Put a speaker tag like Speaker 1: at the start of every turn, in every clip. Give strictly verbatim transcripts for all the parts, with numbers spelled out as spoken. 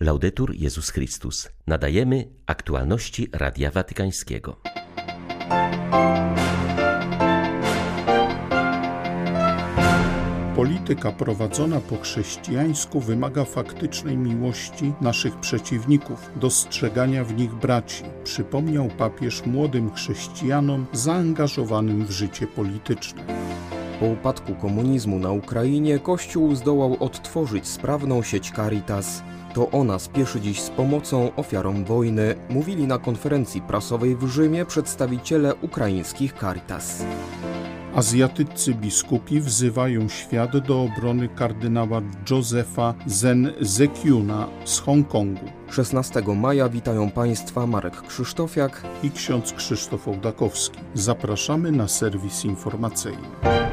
Speaker 1: Laudetur Jezus Chrystus. Nadajemy aktualności Radia Watykańskiego.
Speaker 2: Polityka prowadzona po chrześcijańsku wymaga faktycznej miłości naszych przeciwników, dostrzegania w nich braci, przypomniał papież młodym chrześcijanom zaangażowanym w życie polityczne.
Speaker 3: Po upadku komunizmu na Ukrainie Kościół zdołał odtworzyć sprawną sieć Caritas. To ona spieszy dziś z pomocą ofiarom wojny, mówili na konferencji prasowej w Rzymie przedstawiciele ukraińskich Caritas.
Speaker 2: Azjatyccy biskupi wzywają świat do obrony kardynała Josepha Zen Zekiuna z Hongkongu.
Speaker 3: szesnastego maja witają Państwa Marek Krzysztofiak
Speaker 2: i ksiądz Krzysztof Ołdakowski. Zapraszamy na serwis informacyjny.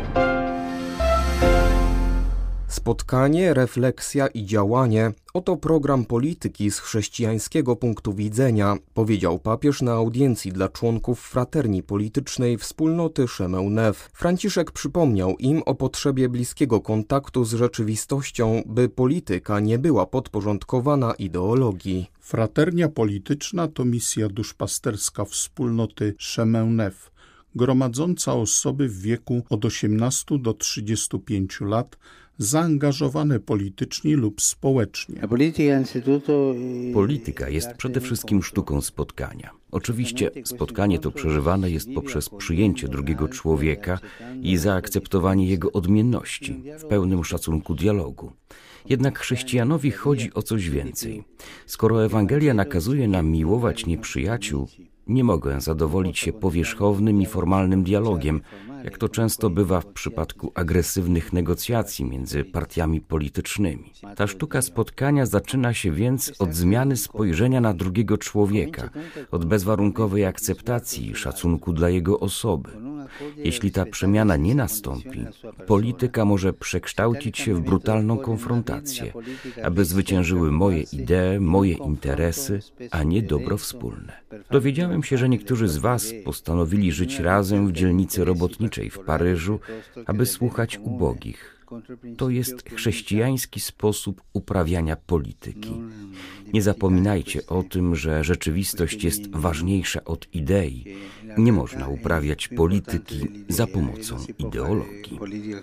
Speaker 3: Spotkanie, refleksja i działanie – oto program polityki z chrześcijańskiego punktu widzenia, powiedział papież na audiencji dla członków fraterni politycznej wspólnoty Chemin Neuf. Franciszek przypomniał im o potrzebie bliskiego kontaktu z rzeczywistością, by polityka nie była podporządkowana ideologii.
Speaker 2: Fraternia polityczna to misja duszpasterska wspólnoty Chemin Neuf, gromadząca osoby w wieku od osiemnastu do trzydziestu pięciu lat, zaangażowane politycznie lub społecznie.
Speaker 4: Polityka jest przede wszystkim sztuką spotkania. Oczywiście spotkanie to przeżywane jest poprzez przyjęcie drugiego człowieka i zaakceptowanie jego odmienności w pełnym szacunku dialogu. Jednak chrześcijanowi chodzi o coś więcej. Skoro Ewangelia nakazuje nam miłować nieprzyjaciół, nie mogę zadowolić się powierzchownym i formalnym dialogiem, jak to często bywa w przypadku agresywnych negocjacji między partiami politycznymi. Ta sztuka spotkania zaczyna się więc od zmiany spojrzenia na drugiego człowieka, od bezwarunkowej akceptacji i szacunku dla jego osoby. Jeśli ta przemiana nie nastąpi, polityka może przekształcić się w brutalną konfrontację, aby zwyciężyły moje idee, moje interesy, a nie dobro wspólne. Dowiedziałem się, że niektórzy z Was postanowili żyć razem w dzielnicy robotniczej w Paryżu, aby słuchać ubogich. To jest chrześcijański sposób uprawiania polityki. Nie zapominajcie o tym, że rzeczywistość jest ważniejsza od idei. Nie można uprawiać polityki za pomocą ideologii.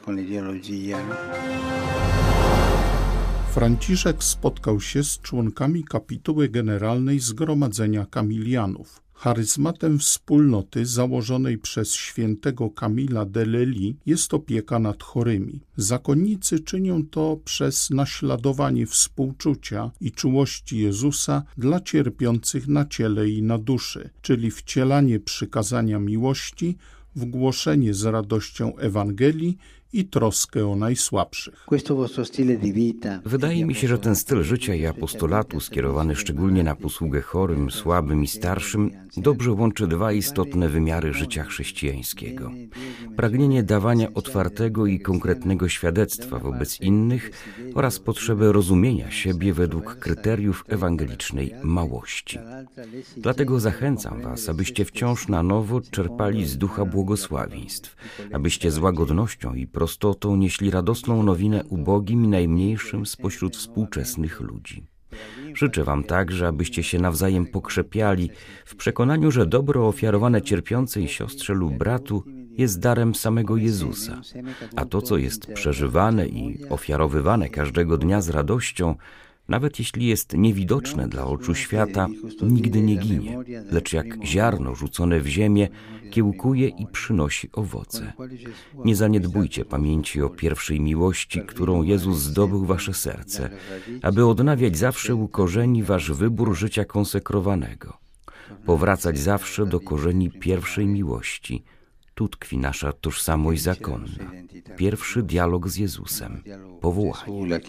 Speaker 2: Franciszek spotkał się z członkami kapituły generalnej Zgromadzenia Kamilianów. Charyzmatem wspólnoty założonej przez świętego Kamila de Lellis jest opieka nad chorymi. Zakonnicy czynią to przez naśladowanie współczucia i czułości Jezusa dla cierpiących na ciele i na duszy, czyli wcielanie przykazania miłości w głoszenie z radością Ewangelii i troskę o najsłabszych.
Speaker 4: Wydaje mi się, że ten styl życia i apostolatu skierowany szczególnie na posługę chorym, słabym i starszym dobrze łączy dwa istotne wymiary życia chrześcijańskiego. Pragnienie dawania otwartego i konkretnego świadectwa wobec innych oraz potrzebę rozumienia siebie według kryteriów ewangelicznej małości. Dlatego zachęcam Was, abyście wciąż na nowo czerpali z ducha błogosławieństw, abyście z łagodnością i prostotą nieśli radosną nowinę ubogim i najmniejszym spośród współczesnych ludzi. Życzę Wam także, abyście się nawzajem pokrzepiali w przekonaniu, że dobro ofiarowane cierpiącej siostrze lub bratu jest darem samego Jezusa, a to, co jest przeżywane i ofiarowywane każdego dnia z radością, nawet jeśli jest niewidoczne dla oczu świata, nigdy nie ginie, lecz jak ziarno rzucone w ziemię, kiełkuje i przynosi owoce. Nie zaniedbujcie pamięci o pierwszej miłości, którą Jezus zdobył wasze serce, aby odnawiać zawsze u korzeni wasz wybór życia konsekrowanego. Powracać zawsze do korzeni pierwszej miłości. Tu tkwi nasza tożsamość zakonna. Pierwszy dialog z Jezusem. Powołanie.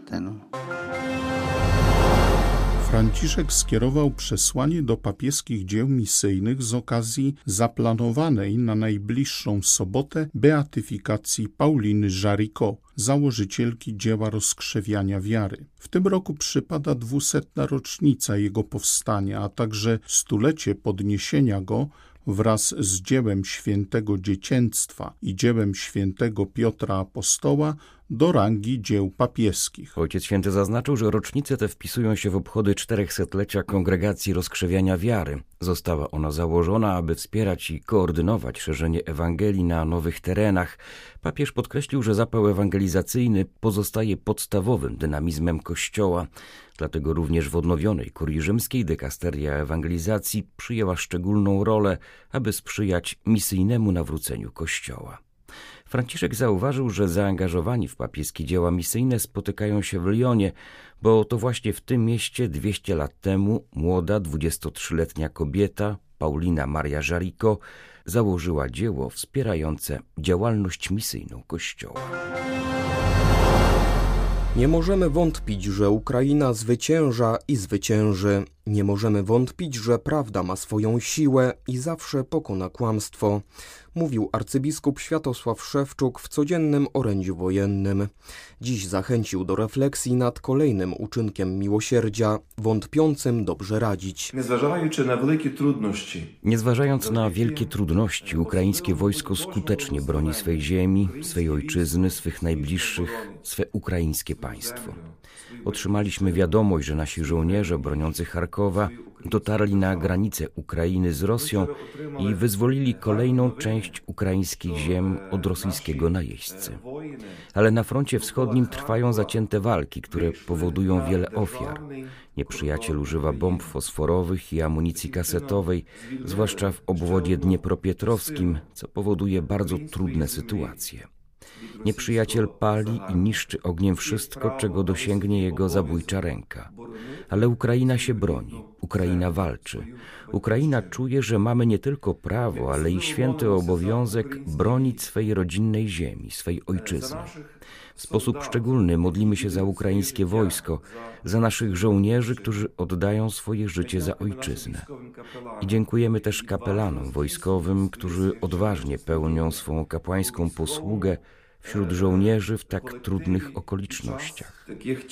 Speaker 2: Franciszek skierował przesłanie do papieskich dzieł misyjnych z okazji zaplanowanej na najbliższą sobotę beatyfikacji Pauliny Jaricot, założycielki dzieła rozkrzewiania wiary. W tym roku przypada dwusetna rocznica jego powstania, a także stulecie podniesienia go wraz z dziełem świętego dziecięctwa i dziełem świętego Piotra Apostoła do rangi dzieł papieskich.
Speaker 4: Ojciec Święty zaznaczył, że rocznice te wpisują się w obchody czterechsetlecia Kongregacji Rozkrzewiania Wiary. Została ona założona, aby wspierać i koordynować szerzenie Ewangelii na nowych terenach. Papież podkreślił, że zapał ewangelizacyjny pozostaje podstawowym dynamizmem Kościoła. Dlatego również w odnowionej kurii rzymskiej dykasteria ewangelizacji przyjęła szczególną rolę, aby sprzyjać misyjnemu nawróceniu Kościoła. Franciszek zauważył, że zaangażowani w papieskie dzieła misyjne spotykają się w Lyonie, bo to właśnie w tym mieście dwieście lat temu młoda, dwudziestotrzyletnia kobieta, Paulina Maria Jaricot, założyła dzieło wspierające działalność misyjną Kościoła.
Speaker 3: Nie możemy wątpić, że Ukraina zwycięża i zwycięży. Nie możemy wątpić, że prawda ma swoją siłę i zawsze pokona kłamstwo, mówił arcybiskup Światosław Szewczuk w codziennym orędziu wojennym. Dziś zachęcił do refleksji nad kolejnym uczynkiem miłosierdzia, wątpiącym dobrze radzić.
Speaker 5: Незважаючи на великі труднощі.
Speaker 4: Nie zważając na wielkie trudności, ukraińskie wojsko skutecznie broni swej ziemi, swej ojczyzny, swych najbliższych, swe ukraińskie państwo. Otrzymaliśmy wiadomość, że nasi żołnierze broniący Charkowa dotarli na granicę Ukrainy z Rosją i wyzwolili kolejną część ukraińskich ziem od rosyjskiego najeźdźcy. Ale na froncie wschodnim trwają zacięte walki, które powodują wiele ofiar. Nieprzyjaciel używa bomb fosforowych i amunicji kasetowej, zwłaszcza w obwodzie dniepropietrowskim, co powoduje bardzo trudne sytuacje. Nieprzyjaciel pali i niszczy ogniem wszystko, czego dosięgnie jego zabójcza ręka. Ale Ukraina się broni, Ukraina walczy. Ukraina czuje, że mamy nie tylko prawo, ale i święty obowiązek bronić swej rodzinnej ziemi, swej ojczyzny. W sposób szczególny modlimy się za ukraińskie wojsko, za naszych żołnierzy, którzy oddają swoje życie za ojczyznę. I dziękujemy też kapelanom wojskowym, którzy odważnie pełnią swą kapłańską posługę wśród żołnierzy w tak trudnych okolicznościach.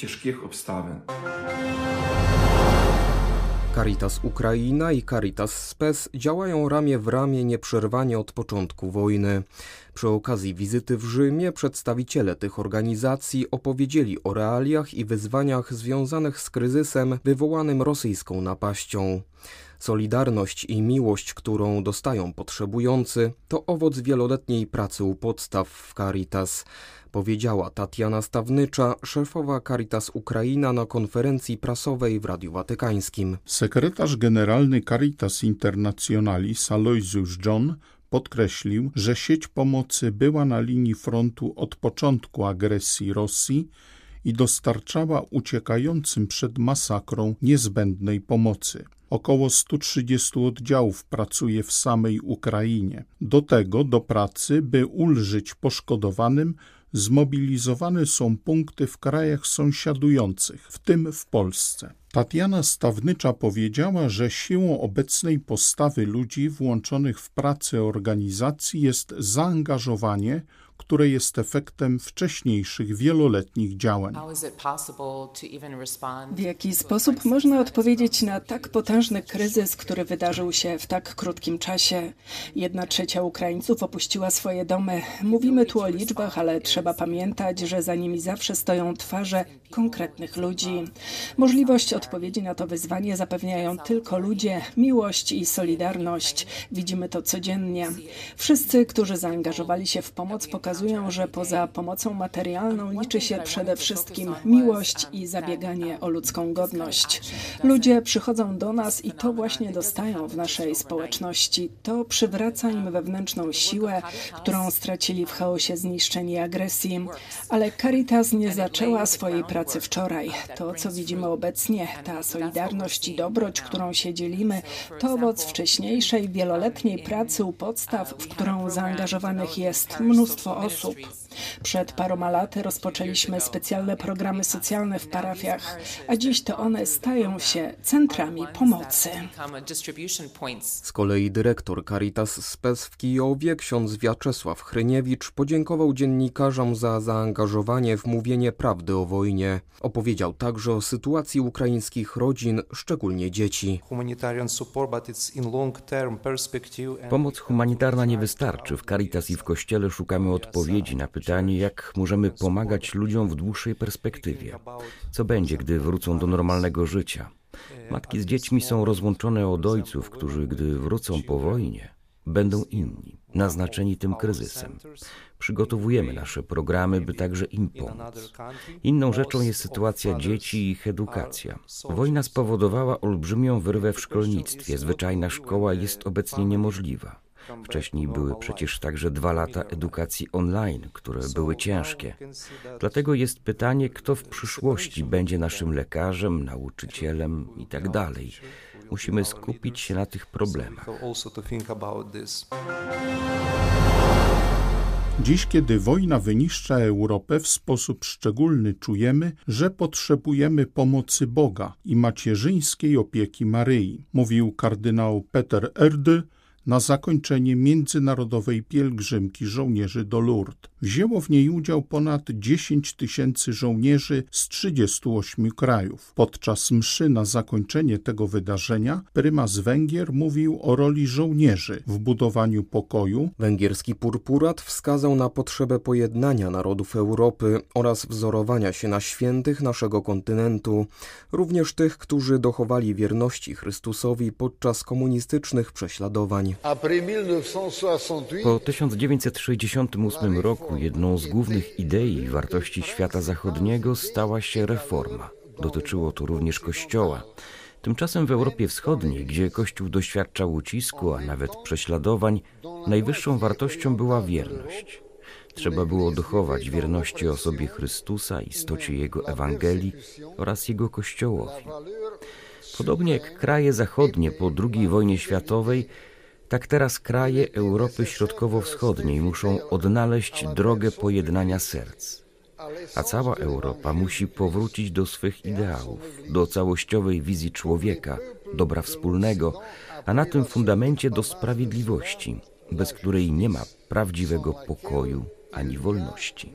Speaker 3: Caritas Ukraina i Caritas Spes działają ramię w ramię nieprzerwanie od początku wojny. Przy okazji wizyty w Rzymie przedstawiciele tych organizacji opowiedzieli o realiach i wyzwaniach związanych z kryzysem wywołanym rosyjską napaścią. Solidarność i miłość, którą dostają potrzebujący, to owoc wieloletniej pracy u podstaw w Caritas, powiedziała Tatiana Stawnicza, szefowa Caritas Ukraina na konferencji prasowej w Radiu Watykańskim.
Speaker 2: Sekretarz generalny Caritas Internationalis Aloysius John podkreślił, że sieć pomocy była na linii frontu od początku agresji Rosji i dostarczała uciekającym przed masakrą niezbędnej pomocy. Około stu trzydziestu oddziałów pracuje w samej Ukrainie. Do tego, do pracy, by ulżyć poszkodowanym, zmobilizowane są punkty w krajach sąsiadujących, w tym w Polsce. Tatiana Stawnicza powiedziała, że siłą obecnej postawy ludzi włączonych w pracę organizacji jest zaangażowanie, które jest efektem wcześniejszych wieloletnich działań.
Speaker 6: W jaki sposób można odpowiedzieć na tak potężny kryzys, który wydarzył się w tak krótkim czasie? Jedna trzecia Ukraińców opuściła swoje domy. Mówimy tu o liczbach, ale trzeba pamiętać, że za nimi zawsze stoją twarze konkretnych ludzi. Możliwość odpowiedzi na to wyzwanie zapewniają tylko ludzie, miłość i solidarność. Widzimy to codziennie. Wszyscy, którzy zaangażowali się w pomoc, pokazują, że poza pomocą materialną liczy się przede wszystkim miłość i zabieganie o ludzką godność. Ludzie przychodzą do nas i to właśnie dostają w naszej społeczności. To przywraca im wewnętrzną siłę, którą stracili w chaosie zniszczeń i agresji. Ale Caritas nie zaczęła swojej pracy wczoraj. To, co widzimy obecnie, ta solidarność i dobroć, którą się dzielimy, to owoc wcześniejszej, wieloletniej pracy u podstaw, w którą zaangażowanych jest mnóstwo osób. Przed paroma laty rozpoczęliśmy specjalne programy socjalne w parafiach, a dziś to one stają się centrami pomocy.
Speaker 3: Z kolei dyrektor Caritas Spes w Kijowie, ksiądz Wiaczesław Hryniewicz, podziękował dziennikarzom za zaangażowanie w mówienie prawdy o wojnie. Opowiedział także o sytuacji ukraińskich rodzin, szczególnie dzieci.
Speaker 4: Pomoc humanitarna nie wystarczy. W Caritas i w Kościele szukamy odpowiedzi na pytania pytanie, jak możemy pomagać ludziom w dłuższej perspektywie. Co będzie, gdy wrócą do normalnego życia? Matki z dziećmi są rozłączone od ojców, którzy, gdy wrócą po wojnie, będą inni, naznaczeni tym kryzysem. Przygotowujemy nasze programy, by także im pomóc. Inną rzeczą jest sytuacja dzieci i ich edukacja. Wojna spowodowała olbrzymią wyrwę w szkolnictwie. Zwyczajna szkoła jest obecnie niemożliwa. Wcześniej były przecież także dwa lata edukacji online, które były ciężkie. Dlatego jest pytanie, kto w przyszłości będzie naszym lekarzem, nauczycielem i tak dalej. Musimy skupić się na tych problemach.
Speaker 2: Dziś, kiedy wojna wyniszcza Europę, w sposób szczególny czujemy, że potrzebujemy pomocy Boga i macierzyńskiej opieki Maryi, mówił kardynał Peter Erdős na zakończenie międzynarodowej pielgrzymki żołnierzy do Lourdes. Wzięło w niej udział ponad dziesięć tysięcy żołnierzy z trzydziestu ośmiu krajów. Podczas mszy na zakończenie tego wydarzenia prymas Węgier mówił o roli żołnierzy w budowaniu pokoju.
Speaker 3: Węgierski purpurat wskazał na potrzebę pojednania narodów Europy oraz wzorowania się na świętych naszego kontynentu, również tych, którzy dochowali wierności Chrystusowi podczas komunistycznych prześladowań.
Speaker 4: Po tysiąc dziewięćset sześćdziesiątym ósmym roku jedną z głównych idei i wartości świata zachodniego stała się reforma. Dotyczyło to również Kościoła. Tymczasem w Europie Wschodniej, gdzie Kościół doświadczał ucisku, a nawet prześladowań, najwyższą wartością była wierność. Trzeba było dochować wierności osobie Chrystusa, istocie Jego Ewangelii oraz Jego Kościołowi. Podobnie jak kraje zachodnie po drugiej wojnie światowej, tak teraz kraje Europy Środkowo-Wschodniej muszą odnaleźć drogę pojednania serc. A cała Europa musi powrócić do swych ideałów, do całościowej wizji człowieka, dobra wspólnego, a na tym fundamencie do sprawiedliwości, bez której nie ma prawdziwego pokoju ani wolności.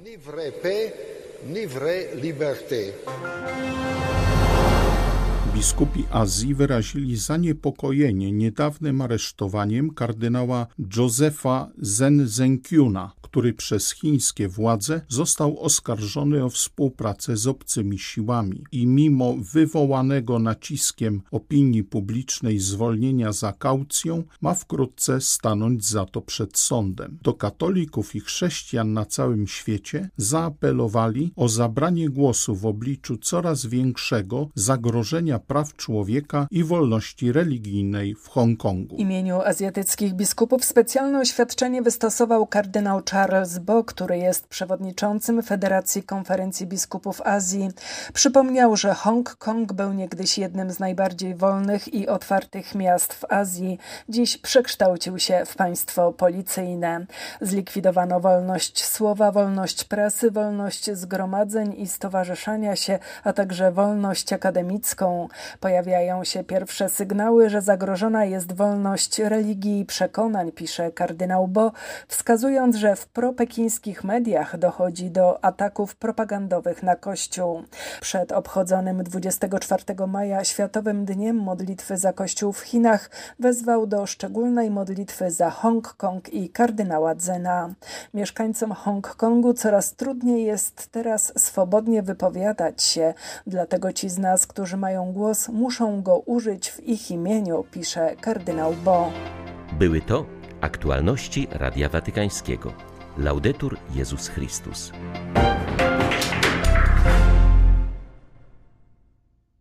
Speaker 2: Biskupi Azji wyrazili zaniepokojenie niedawnym aresztowaniem kardynała Josepha Zen-Zengqiuna, który przez chińskie władze został oskarżony o współpracę z obcymi siłami i mimo wywołanego naciskiem opinii publicznej zwolnienia za kaucją ma wkrótce stanąć za to przed sądem. Do katolików i chrześcijan na całym świecie zaapelowali o zabranie głosu w obliczu coraz większego zagrożenia praw człowieka i wolności religijnej w Hongkongu.
Speaker 6: W imieniu azjatyckich biskupów specjalne oświadczenie wystosował kardynał Charles Bo, który jest przewodniczącym Federacji Konferencji Biskupów Azji. Przypomniał, że Hongkong był niegdyś jednym z najbardziej wolnych i otwartych miast w Azji. Dziś przekształcił się w państwo policyjne. Zlikwidowano wolność słowa, wolność prasy, wolność zgromadzeń i stowarzyszania się, a także wolność akademicką. Pojawiają się pierwsze sygnały, że zagrożona jest wolność religii i przekonań, pisze kardynał Bo, wskazując, że w propekińskich mediach dochodzi do ataków propagandowych na Kościół. Przed obchodzonym dwudziestego czwartego maja Światowym Dniem Modlitwy za Kościół w Chinach wezwał do szczególnej modlitwy za Hongkong i kardynała Zena. Mieszkańcom Hongkongu coraz trudniej jest teraz swobodnie wypowiadać się, dlatego ci z nas, którzy mają głos, muszą go użyć w ich imieniu, pisze kardynał Bo.
Speaker 1: Były to aktualności Radia Watykańskiego. Laudetur Jezus Chrystus.